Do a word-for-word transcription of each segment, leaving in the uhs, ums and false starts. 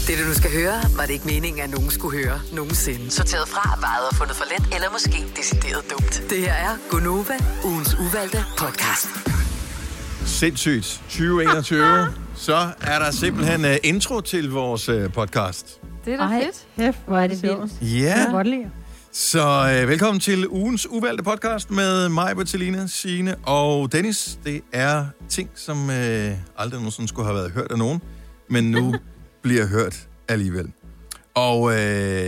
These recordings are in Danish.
Det, du nu skal høre, var det ikke meningen, at nogen skulle høre nogensinde. Sorteret fra, vejet og fundet for let, eller måske decideret dumt. Det her er Gonova, ugens uvalgte podcast. Sindssygt. tyve enogtyve. Så er der simpelthen uh, intro til vores uh, podcast. Det er da Ej, fedt. Hæft, hvor er det vildt. Ja. Jeg kan godt lide. Så uh, velkommen til ugens uvalgte podcast med mig, Bertilina, Signe og Dennis. Det er ting, som uh, aldrig nogensinde skulle have været hørt af nogen, men nu bliver hørt alligevel. Og uh,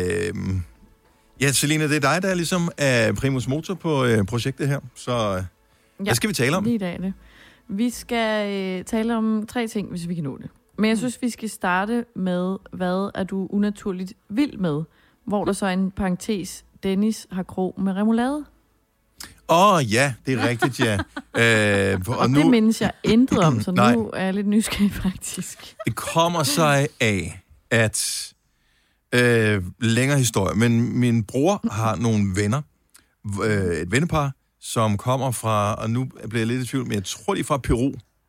ja, Selina, det er dig, der er ligesom er primus motor på uh, projektet her. Så uh, ja, hvad skal vi tale om? Lige i dag det. Vi skal øh, tale om tre ting, hvis vi kan nå det. Men jeg synes, vi skal starte med, hvad er du unaturligt vild med? Hvor der så er en parentes, Dennis har krog med remoulade. Åh, oh, ja, det er rigtigt, ja. øh, og og nu, det mindes jeg intet om, så Nej. nu er jeg lidt nysgerrig faktisk. Det kommer sig af, at øh, længere historie, men min bror har nogle venner, øh, et vennepar, som kommer fra, og nu bliver jeg lidt i tvivl, men jeg tror, de er fra Peru,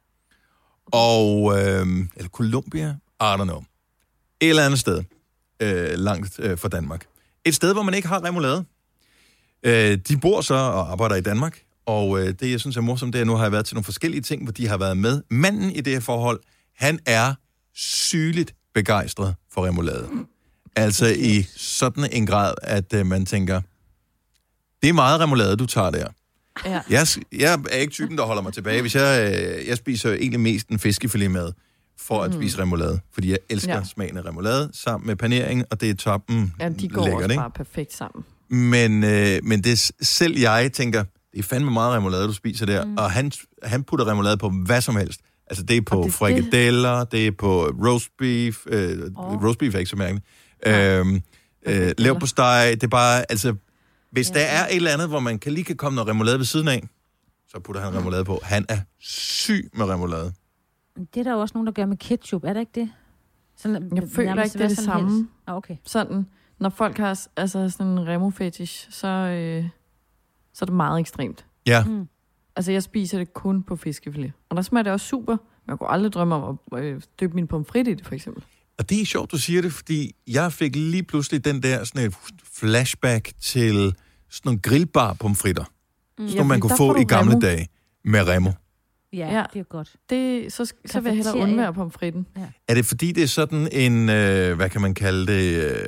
og, øh, eller Colombia, I don't know, et eller andet sted, øh, langt øh, fra Danmark. Et sted, hvor man ikke har remoulade. Øh, de bor så og arbejder i Danmark, og øh, det, jeg synes er morsomt, det er, at nu har jeg været til nogle forskellige ting, hvor de har været med. Manden i det her forhold, han er sygeligt begejstret for remoulade. Altså i sådan en grad, at øh, man tænker, det er meget remoulade, du tager der. Ja. Jeg, jeg er ikke typen, der holder mig tilbage. Hvis jeg, øh, jeg spiser egentlig mest en fiskefilet med for at mm. spise remoulade, fordi jeg elsker ja. smagen af remoulade sammen med panering, og det er toppen Ja, de går lækkert, også ikke? bare perfekt sammen. Men, øh, men det selv jeg tænker, det er fandme meget remoulade, du spiser der, mm. og han, han putter remoulade på hvad som helst. Altså det er på det, frikadeller, det... det er på roast beef, øh, oh. roast beef er ikke så mærkeligt, ja. øhm, øh, leverpostej, det er bare, altså, hvis ja. der er et eller andet, hvor man kan lige kan komme noget remoulade ved siden af, så putter han remoulade på. Han er syg med remoulade. Det er der jo også nogen, der gør med ketchup, er det ikke det? Sådan, Jeg føler ikke, det er det samme. Ah, okay. Sådan, når folk har altså sådan en remo-fetish, så, øh, så er det meget ekstremt. Ja. Mm. Altså, jeg spiser det kun på fiskefilet. Og der smager det også super. Men jeg kunne aldrig drømme om at øh, døbe min pomfrit i det, for eksempel. Og det er sjovt, du siger det, fordi jeg fik lige pludselig den der sådan et flashback til sådan nogle grillbar pomfritter, mm. som ja, man kunne få i gamle remo. dage med remo. Ja, ja, det er godt. Det, så, så vil jeg hellere undvære pomfritten. Ja. Er det fordi, det er sådan en, øh, hvad kan man kalde det... Øh,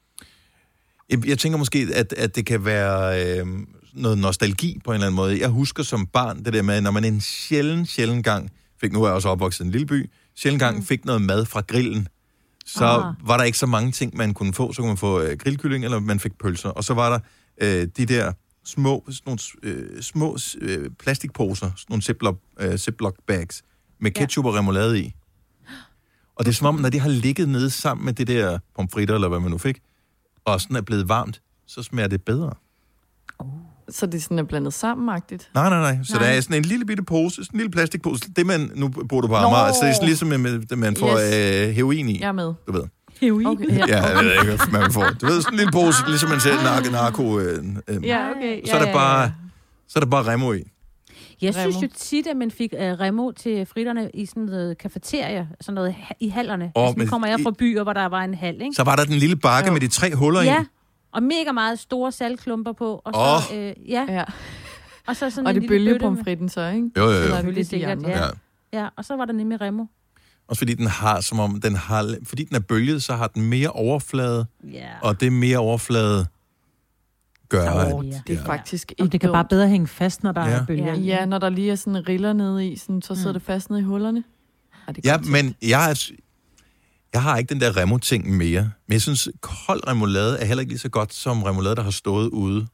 jeg, jeg tænker måske, at, at det kan være øh, noget nostalgi på en eller anden måde. Jeg husker som barn det der med, når man en sjælden, sjælden gang fik, nu er jeg også opvokset i en lille by, sjælden gang mm. fik noget mad fra grillen, så ah. var der ikke så mange ting, man kunne få. Så kunne man få øh, grillkylling, eller man fik pølser. Og så var der øh, de der små, sådan nogle, øh, små øh, plastikposer, sådan nogle Ziploc, øh, Ziploc bags, med ketchup ja. og remoulade i. Og det er som om, når de har ligget nede sammen med det der pomfritter, eller hvad man nu fik, og sådan er blevet varmt, så smager det bedre. Oh. Så det sådan er blandet sammen-agtigt? Nej, nej, nej. Så nej. Der er sådan en lille bitte pose, sådan en lille plastikpose. Det man, nu bor du på Amager, så det er sådan ligesom, med, man får yes. øh, heroin i. Jeg er med. Du ved. Heroin? Okay, ja. ja, jeg ved ikke, hvad man får. Du ved, sådan en lille pose, ligesom man ser narko. narko øh, øh. Ja, okay. Så er ja, der bare, ja, ja. så er der bare remo i. Jeg Remo. synes jo tit, at man fik uh, remo til fritterne i sådan noget kafeteria, sådan noget i hallerne. Oh, altså, nu kommer jeg fra byer, hvor der var en hal, ikke? Så var der den lille bakke jo. med de tre huller ja. i. Ja, og mega meget store saltklumper på. Og så, oh. øh, ja. ja. Og, så sådan og en det bølgepomfritten så, ikke? Jo, jo, jo. Selvfølgelig sikkert, ja. ja. Ja, og så var der nemlig remo. Også fordi den har, som om den har, fordi den er bølget, så har den mere overflade, yeah. og det mere overflade gør, oh, at... det er faktisk ikke det kan dumt. bare bedre hænge fast, når der ja. er bølger. Ja, når der lige er sådan riller nede i, sådan, så sidder mm. det fast nede i hullerne. Ja, ja men jeg, er, jeg har ikke den der remo-ting mere. Men jeg synes, kold remoulade er heller ikke lige så godt som remoulade, der har stået ude.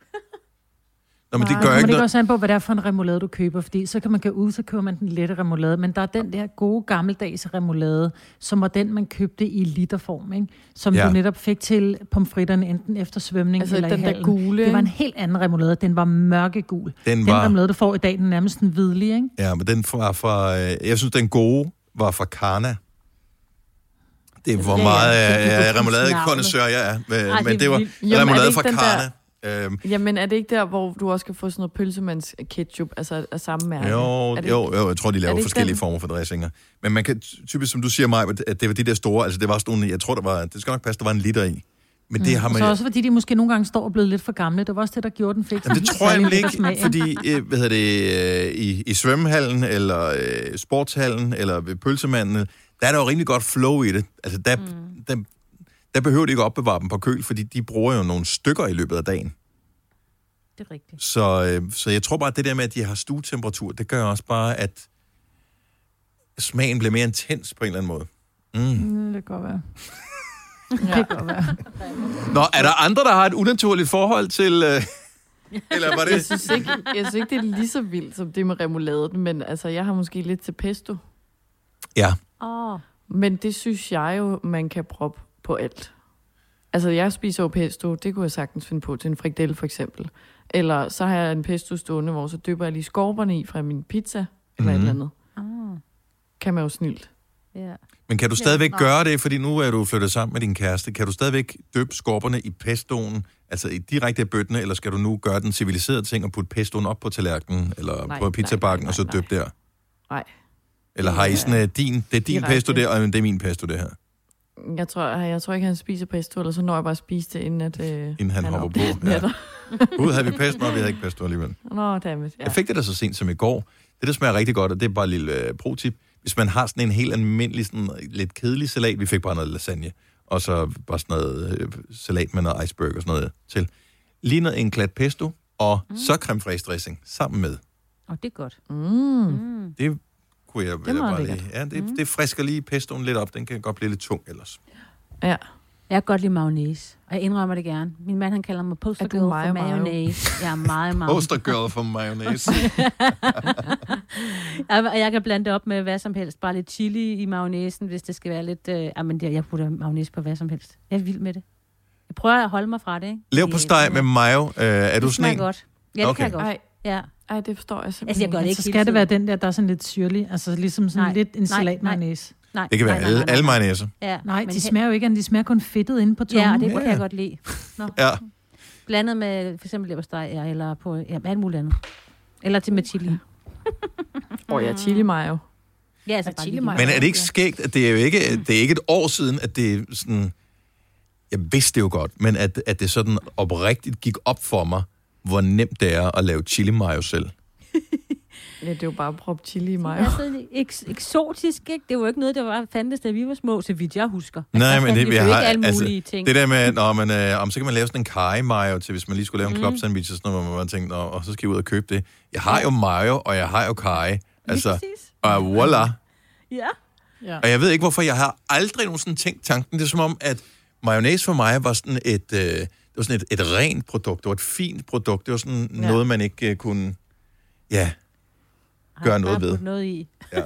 Nå, men Nej, det gør ikke ikke noget. noget. Også an på, hvad det er for en remoulade, du køber, fordi så kan man gå ud, så køber man den lette remoulade, men der er den der gode gammeldags remoulade, som var den, man købte i literform, ikke? Som ja. du netop fik til pomfritterne, enten efter svømning altså, eller den i hallen. Der gule, det var en helt anden remoulade, den var mørkegul. Den, den var... remoulade, du får i dag, den er nærmest en hvidlig, ikke? Ja, men den var fra, øh, jeg synes, den gode var fra Karna. Det er hvor ja, meget ja, remoulade-kondensør jeg er, men, men det var remoulade fra Karna. Øhm, Jamen, er det ikke der, hvor du også kan få sådan noget pølsemands ketchup, altså af samme mærke? jo, Er det jo, ikke- jo, jeg tror, de laver ikke forskellige den? former for dressinger. Men man kan, typisk som du siger, Maja, at det var de der store, altså det var sådan nogle, jeg tror, der var, det skal nok passe, der var en liter i. Men det har Og man... så også fordi de måske nogle gange står og blevet lidt for gamle. Det var også det, der gjorde den fik. Jamen, det tror jeg nemlig ikke, Smag, fordi øh, hvad hedder det, øh, i, i svømmehallen, eller øh, sportshallen, eller ved pølsemanden, der er der jo rimelig godt flow i det. Altså, der, mm. der, der behøver de ikke opbevare dem på køl, fordi de bruger jo nogle stykker i løbet af dagen. Det er rigtigt. Så, øh, så jeg tror bare, at det der med, at de har stuetemperatur, det gør også bare, at smagen bliver mere intens på en eller anden måde. Mm. Mm, det kan godt være. Ja. Det kan godt være. Nå, er der andre, der har et unaturligt forhold til... Øh, eller var Jeg det... synes, ikke, jeg synes ikke, det er lige så vildt som det med remouladen, men altså, jeg har måske lidt til pesto. Ja. Åh, oh, Men det synes jeg jo, man kan proppe på alt. Altså, jeg spiser jo pesto, det kunne jeg sagtens finde på til en frikadelle for eksempel. Eller så har jeg en pesto stående, hvor så dypper jeg lige skorperne i fra min pizza, eller Mhm. et eller andet. oh, Kan man jo snilt. ja. Men kan du stadigvæk gøre det, fordi nu er du flyttet sammen med din kæreste, kan du stadigvæk døbe skorperne i pestoen, altså i direkte af bøttene, eller skal du nu gøre den civiliserede ting og putte pestoen op på tallerkenen, eller Nej, på pizzabakken, nej, og så nej, døbe der? Nej. Eller har I sådan, uh, din, det er din Direkte. pesto der, og det er min pesto det her, Jeg tror, jeg tror ikke, han spiser pesto, eller så når jeg bare spise det, inden, at, øh, inden han, hopper på? Ja. Gud, havde vi pesto? Nå, vi havde ikke pesto alligevel. Nå, dammit. Ja. Jeg fik det da så sent som i går. Det, der smager rigtig godt, og det er bare et lille uh, pro-tip. Hvis man har sådan en helt almindelig, sådan lidt kedelig salat, vi fik bare noget lasagne, og så bare sådan noget øh, salat med noget iceberg og sådan noget til. Lige noget en klat pesto, og mm. så creme fraiche dressing sammen med. Og det er godt. Mm. Mm. Det kunne jeg, er vil jeg meget bare lige... lækkert. Ja, det, mm. det frisker lige pestoen lidt op. Den kan godt blive lidt tung ellers. Ja. Jeg kan godt lide mayonnaise, og jeg indrømmer det gerne. Min mand, han kalder mig poster Er du girl for mayo, mayo? mayonnaise. Jeg er meget, meget... Poster girl for mayonnaise. Jeg, og jeg kan blande det op med hvad som helst. Bare lidt chili i mayonnaisen, hvis det skal være lidt... Øh, jamen, det, jeg putter mayonnaise på hvad som helst. Jeg er vild med det. Jeg prøver at holde mig fra det, ikke? Leverpostej med mayo. Øh, er du det sådan smager en? godt. Ja, det Okay. kan jeg godt. Ej, Ja. ej, det forstår jeg simpelthen Altså, jeg gør det ikke. ikke Så hele skal det tiden. være den der, der er sådan lidt syrlig. Altså ligesom sådan Nej, lidt en nej, salatmayonnaise. Nej, Det kan være nej, nej, alle, nej, nej. alle mayonnaise. Ja, Nej, men de he- smager jo ikke, de smager kun fedtet inde på tungen. Ja, og det Ja. kan jeg godt lide. Nå. Ja. Blandet med for eksempel leverpostej, ja, eller på ja, alt muligt andet. Eller til med chili. Åh, oh, ja, chili mayo. Ja, altså Ja, bare chili lige- mayo. Men er det ikke skægt, at det er jo ikke, det er ikke et år siden, at det sådan... Jeg vidste det jo godt, men at, at det sådan oprigtigt gik op for mig, hvor nemt det er at lave chili mayo selv. Ja, det er jo bare at proppe chili i Det mayo. er så eks- eksotisk, ikke? Det var jo ikke noget, der var fandtes, da vi var små, så vidt jeg husker. Nej, der men fandt det- vi vi jo har- ikke alle altså, mulige ting. Det der med, når man, øh, om så kan man lave sådan en curry mayo til, hvis man lige skulle lave en Mm. club sandwich, og sådan noget, hvor man bare tænkte, "Nå, og så skal jeg ud og købe det. Jeg har jo mayo, og jeg har jo curry. Altså, præcis. og voilà. Ja. Ja. Og jeg ved ikke, hvorfor jeg har aldrig nogensinde tænkt tanken. Det er som om, at mayonnaise for mig var sådan et, øh, det var sådan et, et rent produkt. Det var et fint produkt. Det var sådan ja. Ja. noget, man ikke øh, kunne, ja, gøre Har noget bare ved. puttet noget i. Ja.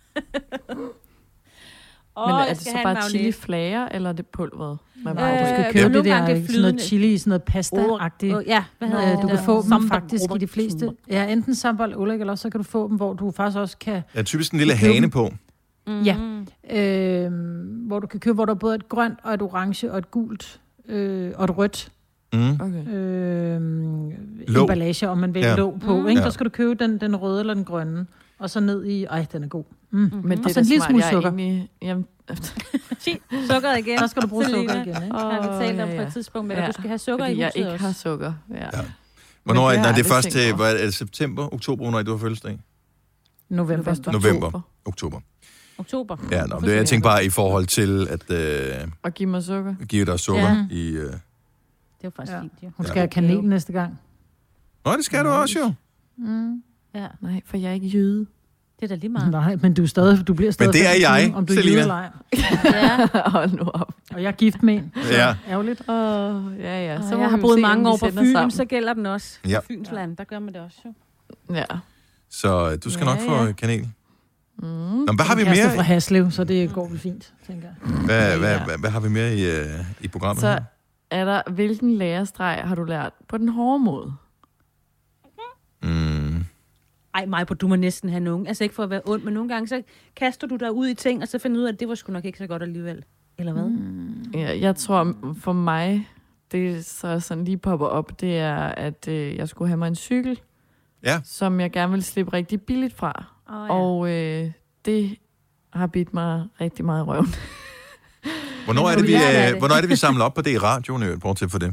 Åh, Men er jeg det skal så have en bare mayonnaise. chili flager, eller er det pulveret? Man Øh, bare Du skal Ja, købe nogle det der, gange det er sådan noget flydende. chili, sådan noget pasta-agtigt. Åh, ja, hvad hedder Øh, det du der? kan få dem Sambal faktisk i de Robert. fleste. Ja, enten sambal eller eller også så kan du få dem, hvor du faktisk også kan... Der er typisk en lille Du køber hane dem. på. Mm. Ja. Øh, hvor du kan købe, hvor der er både et grønt og et orange og et gult øh, og et rødt Mm. Okay. øh, Låg. emballage, om man vil Ja. ja. låg på. Mm. Ikke? Ja. Så skal du købe den, den røde eller den grønne. Og så ned i... Ej, den er god. Mm. Mm. Men Og det så er en da lille smart. smule Jeg er sukker. egentlig... Jamen, Sukker igen. Så skal du bruge Selina. sukker igen. Ikke? Åh, Har vi talt om ja, på ja. et tidspunkt med, at Ja, du skal have sukker fordi i jeg huset ikke også. har sukker. Ja. Ja. Men Hvornår det er, har nej, jeg det er aldrig først tænkt til, over. hvad er det, september, oktober, hvornår er det, du har fødselsdag? November. Første November. oktober. Oktober. Oktober. Ja, nå, det, jeg tænkte bare i forhold til at øh, Og giv mig sukker. give dig sukker Ja. i... Øh... Det var faktisk Ja. fint, jo. Hun skal have kanel næste gang. Nå, det skal du også jo. Mm. Ja, Nej, for jeg er ikke jøde. det er da lige meget. Nej, men du, er stadig, du bliver stadig det er femogtyve, jeg, om du er Selina. jøde eller ej. Ja. Hold nu op. Og jeg er gift med en. Så Ja. ærgerligt. Åh, ja, ja. Så Så må jeg har vi boet se, mange om år vi på sender Fyn, sammen. så gælder den også. Ja. Fyns land, der gør man det også, jo. Ja. Så øh, du skal Ja, nok få ja. kanel. Mm. Nå, men hvad har vi Jeg er mere? fra Haslev, så det går vel fint, tænker jeg. Hvad, hvad, Ja. hvad, hvad har vi mere i, øh, i programmet Så her? er der, hvilken lærestreg har du lært på den hårde måde? Mm. Ej, Majbo, du må næsten have nogen. Altså ikke for at være ond, men nogle gange så kaster du dig ud i ting, og så finder du ud af, at det var sgu nok ikke så godt alligevel. Eller hvad? Mm. Ja, jeg tror, for mig det så sådan lige popper op, det er, at øh, jeg skulle have mig en cykel, Ja. som jeg gerne vil slippe rigtig billigt fra. Oh, ja. Og øh, det har bidt mig rigtig meget i røven. Hvornår er det, vi, Ja, det er øh, det. hvornår er det, vi samler op på det i radioen, øh, bortset for det?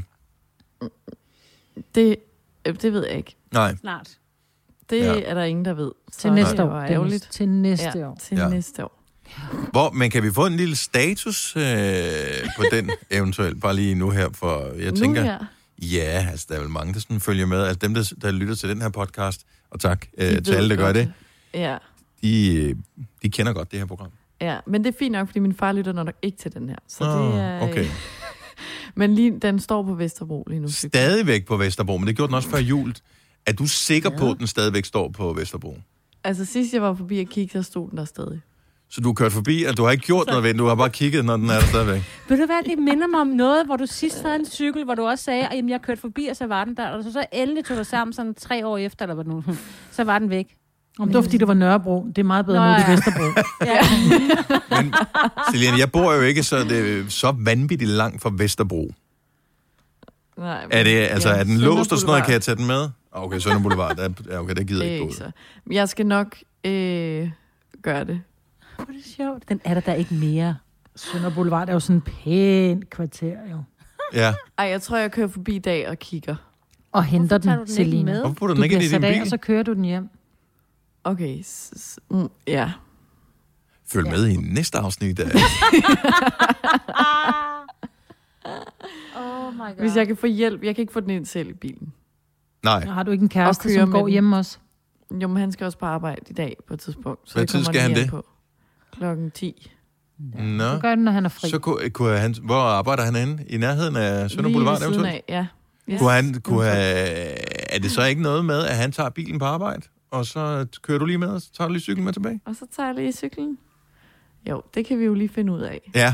Det, øh, det ved jeg ikke. Nej. Snart. Det Ja. ja. er der ingen, der ved. Til næste det år, var Dennis. ærgerligt. Til næste Ja, år. til Ja. ja. næste år. Hvor, men kan vi få en lille status øh, på den eventuelt? Bare lige nu her, for jeg Nu tænker... her, Ja, altså der er vel mange, der sådan følger med. Altså dem, der, der lytter til den her podcast, og tak øh, de til ved alle, der gør godt det, Ja, de, øh, de kender godt det her program. ja, men det er fint nok, fordi min far lytter nok ikke til den her. Så Ah, det er, øh, okay. Men lige, den står på Vesterbro lige nu. Stadigvæk på Vesterbro, men det gjorde den også før jul. Er du sikker ja. på, at den stadigvæk står på Vesterbro? Altså sidst jeg var forbi og kiggede, så stod den der stadig. Så du har kørt forbi, og du har ikke gjort noget ved den, du har bare kigget, når den er der stadigvæk. Ved du hvad, det minder mig om noget, hvor du sidst havde en cykel, hvor du også sagde, at jeg kørte forbi, og så var den der, og så, så endelig tog du sammen sådan tre år efter, eller hvad nu, så var den væk. Om det var, fordi det var Nørrebro. Det er meget bedre Nå, nu, det ja. er Vesterbro. Ja. Men Selina, jeg bor jo ikke så, det, så vanvittigt langt fra Vesterbro. Nej, men, Er, det, altså, ja, er den Sønder låst og sådan noget, Boulevard. kan jeg tage den med? Okay, Sønder Boulevard, der, ja, okay, der gider Det jeg er ikke ikke gå ud. så. Jeg skal nok øh, gøre det. Hvor er det sjovt. Den er der der ikke mere. Sønder Boulevard er jo sådan en pænt kvarter, jo. Ja, Ej, jeg tror, jeg kører forbi i dag og kigger. Og henter tager du den, den ikke Selina. med? hvorfor putter Du den ikke bliver ind i din sat af, bil? og så kører du den hjem. Okay, s- s- mm, ja. Følg med i næste afsnit af... Oh my god. Hvis jeg kan få hjælp, jeg kan ikke få den ind selv i bilen. Nej, Har du ikke en kæreste, Og kører som med går den. hjemme også? Jo, men han skal også på arbejde i dag på et tidspunkt. Så Hvad det tid kommer skal han lige an det? På. Klokken ti. nå. Så gør den, når han er fri. Så kunne, kunne han... Hvor arbejder han henne? I nærheden af Sønder Lige Boulevard ved siden eventuelt? af, ja. Yes. Kunne han, kunne have, er det så ikke noget med, at han tager bilen på arbejde, og så kører du lige med, og så tager du lige cyklen med tilbage? Og så tager jeg lige cyklen. Jo, det kan vi jo lige finde ud af. Ja.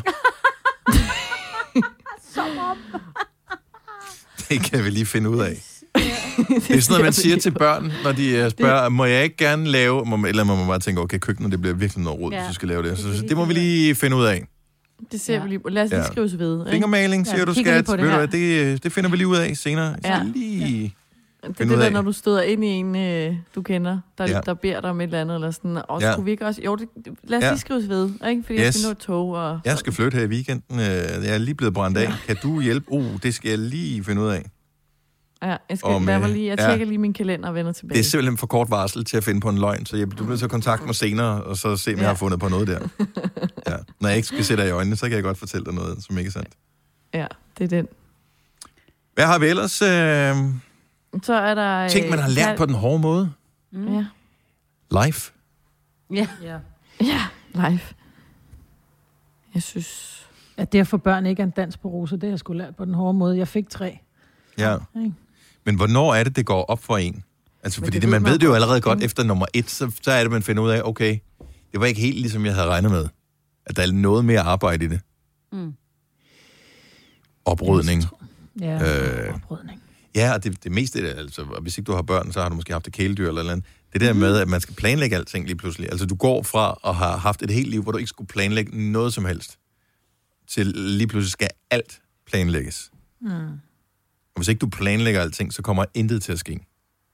Det kan vi lige finde ud af. Det er sådan noget, man siger til børn, når de øh, spørger, må jeg ikke gerne lave... Må, eller må man bare tænke, okay, køkkenet, det bliver virkelig noget rod, Ja. hvis du skal lave det. Det Så, kan så vi det må vi finde lige finde ud af. Det ser Ja. vi lige på. Lad os lige Ja. skrives ved. Ikke? Fingermaling, siger Ja, du, kigger vi skat. på det Ved du her. hvad, det, det finder vi lige ud af senere. Så Ja. lige... Det er Find det ud der, af. når du støder ind i en, øh, du kender, der, Ja. ja. der beder dig om et eller andet, eller sådan, og Ja. skulle vi ikke også... Jo, det, lad os Ja. lige skrives ved, ikke? Fordi yes. jeg Yes. skal nå et tog, og... Jeg skal flytte her i weekenden. øh, Jeg er lige blevet brændt af. Kan du hjælpe? Uh, det skal jeg lige finde ud af. Ja, jeg skal Om, lad øh, mig lige... Jeg ja. tjekker lige min kalender og vender tilbage. Det er simpelthen for kort varsel til at finde på en løgn, så jeg bliver nødt til at kontakte mig senere, og så se, om jeg Ja. har fundet på noget der. Ja. Når jeg ikke skal se dig i øjnene, så kan jeg godt fortælle dig noget, som ikke er sandt. Ja, det er den. Hvad har vi ellers? Øh, Så er der... ting, man har lært på den hårde måde? Mm. Ja. Life. Ja. Ja. Ja, live. Jeg synes... At det at få børn ikke er en dans på roser, det har jeg sgu lært på den hårde måde. Jeg fik tre. Ja. Ikke? Men hvornår er det, det går op for en? Altså, Men fordi det det, ved man man ved det jo godt. allerede godt Mm. efter nummer et, så, så er det, man finder ud af, okay, det var ikke helt ligesom jeg havde regnet med. At der er noget mere arbejde i det. Mm. Oprydning. Ja, Øh. oprydning. Ja, og det, det meste af det, altså, og hvis ikke du har børn, så har du måske haft et kæledyr eller noget. Det Mhm. der med, at man skal planlægge alting lige pludselig. Altså, du går fra at have haft et helt liv, hvor du ikke skulle planlægge noget som helst, til lige pludselig skal alt planlægges. Mm. Og hvis ikke du planlægger alting, så kommer intet til at ske.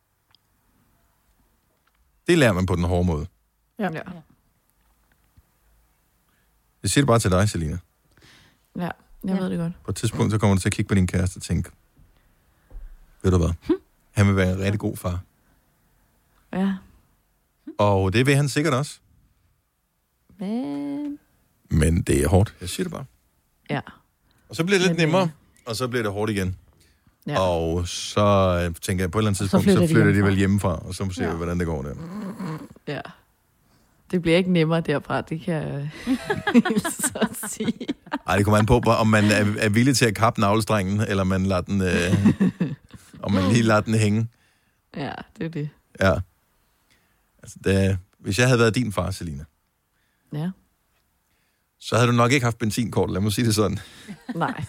Det lærer man på den hårde måde. Ja. Ja. Jeg siger det bare til dig, Selina. Ja, jeg Ja. ved det godt. På et tidspunkt, så kommer du til at kigge på din kæreste og tænke, ved du hvad, han vil være en rigtig god far. Ja. Og det vil han sikkert også. Men... Men det er hårdt. Jeg siger det bare. Ja. Og så bliver det lidt Men, øh, nemmere, og så bliver det hårdt igen. Ja. Og så øh, tænker jeg, på et eller andet tidspunkt, så flytter flytter, de de, hjemmefra. vel hjemmefra, og så ser vi, Ja. hvordan det går der. Ja. Det bliver ikke nemmere derfra, det kan jeg så sige. Ej, det kommer an på, om man er, er villig til at kappe navlestrengen, eller man lader den, øh, om man lige lader den hænge. Ja, det er det. Ja. Altså, det, hvis jeg havde været din far, Selina, Ja. så havde du nok ikke haft benzinkort, lad mig sige det sådan. Nej.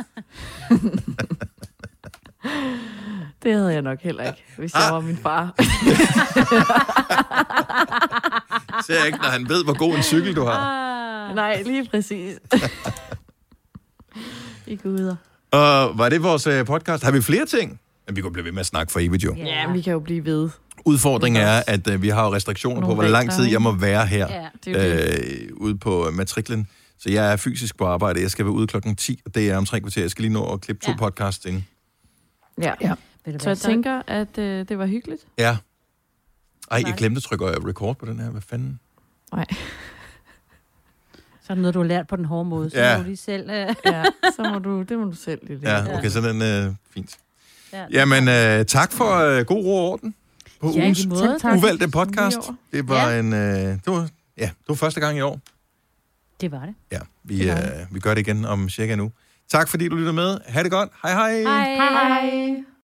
Det havde jeg nok heller ikke, hvis jeg Ah. var min far. Ser jeg ikke, når han ved, hvor god en cykel du har. Ah. Nej, lige præcis. I guder. Og var det vores øh, podcast? Har vi flere ting? Men vi kunne blive ved med at snakke for evigt jo. Ja, ja vi kan jo blive ved. Udfordringen er, at øh, vi har jo restriktioner på, hvor lang tid jeg må være her Ja, det er det. øh, ude på matriklen. Så jeg er fysisk på arbejde. Jeg skal være ude klokken ti, og det er om tre kvarter. Jeg skal lige nå at klippe to Ja. podcasts ind. Ja. Ja. Ved du Så hvad, jeg tænker, at øh, det var hyggeligt. Ja. Ej, jeg glemte at trykke record på den her. Hvad fanden? Nej. Så er det noget, du har lært på den hårde måde. Så Ja. ja. må du lige selv... Øh, Ja, så må du, det må du selv lidt. Ja, okay, så den er øh, fint. ja. Jamen, øh, tak for øh, god ro og orden på Ja, i ugens lige måde. Tak. uvalgte podcast. Lige over. Det var Ja. en... Øh, det var, ja, det var første gang i år. Det var det. Ja, vi, Det var øh, vi gør det igen om cirka en uge. Tak fordi du lytter med. Ha' det godt. Hej hej. Hej. Hej.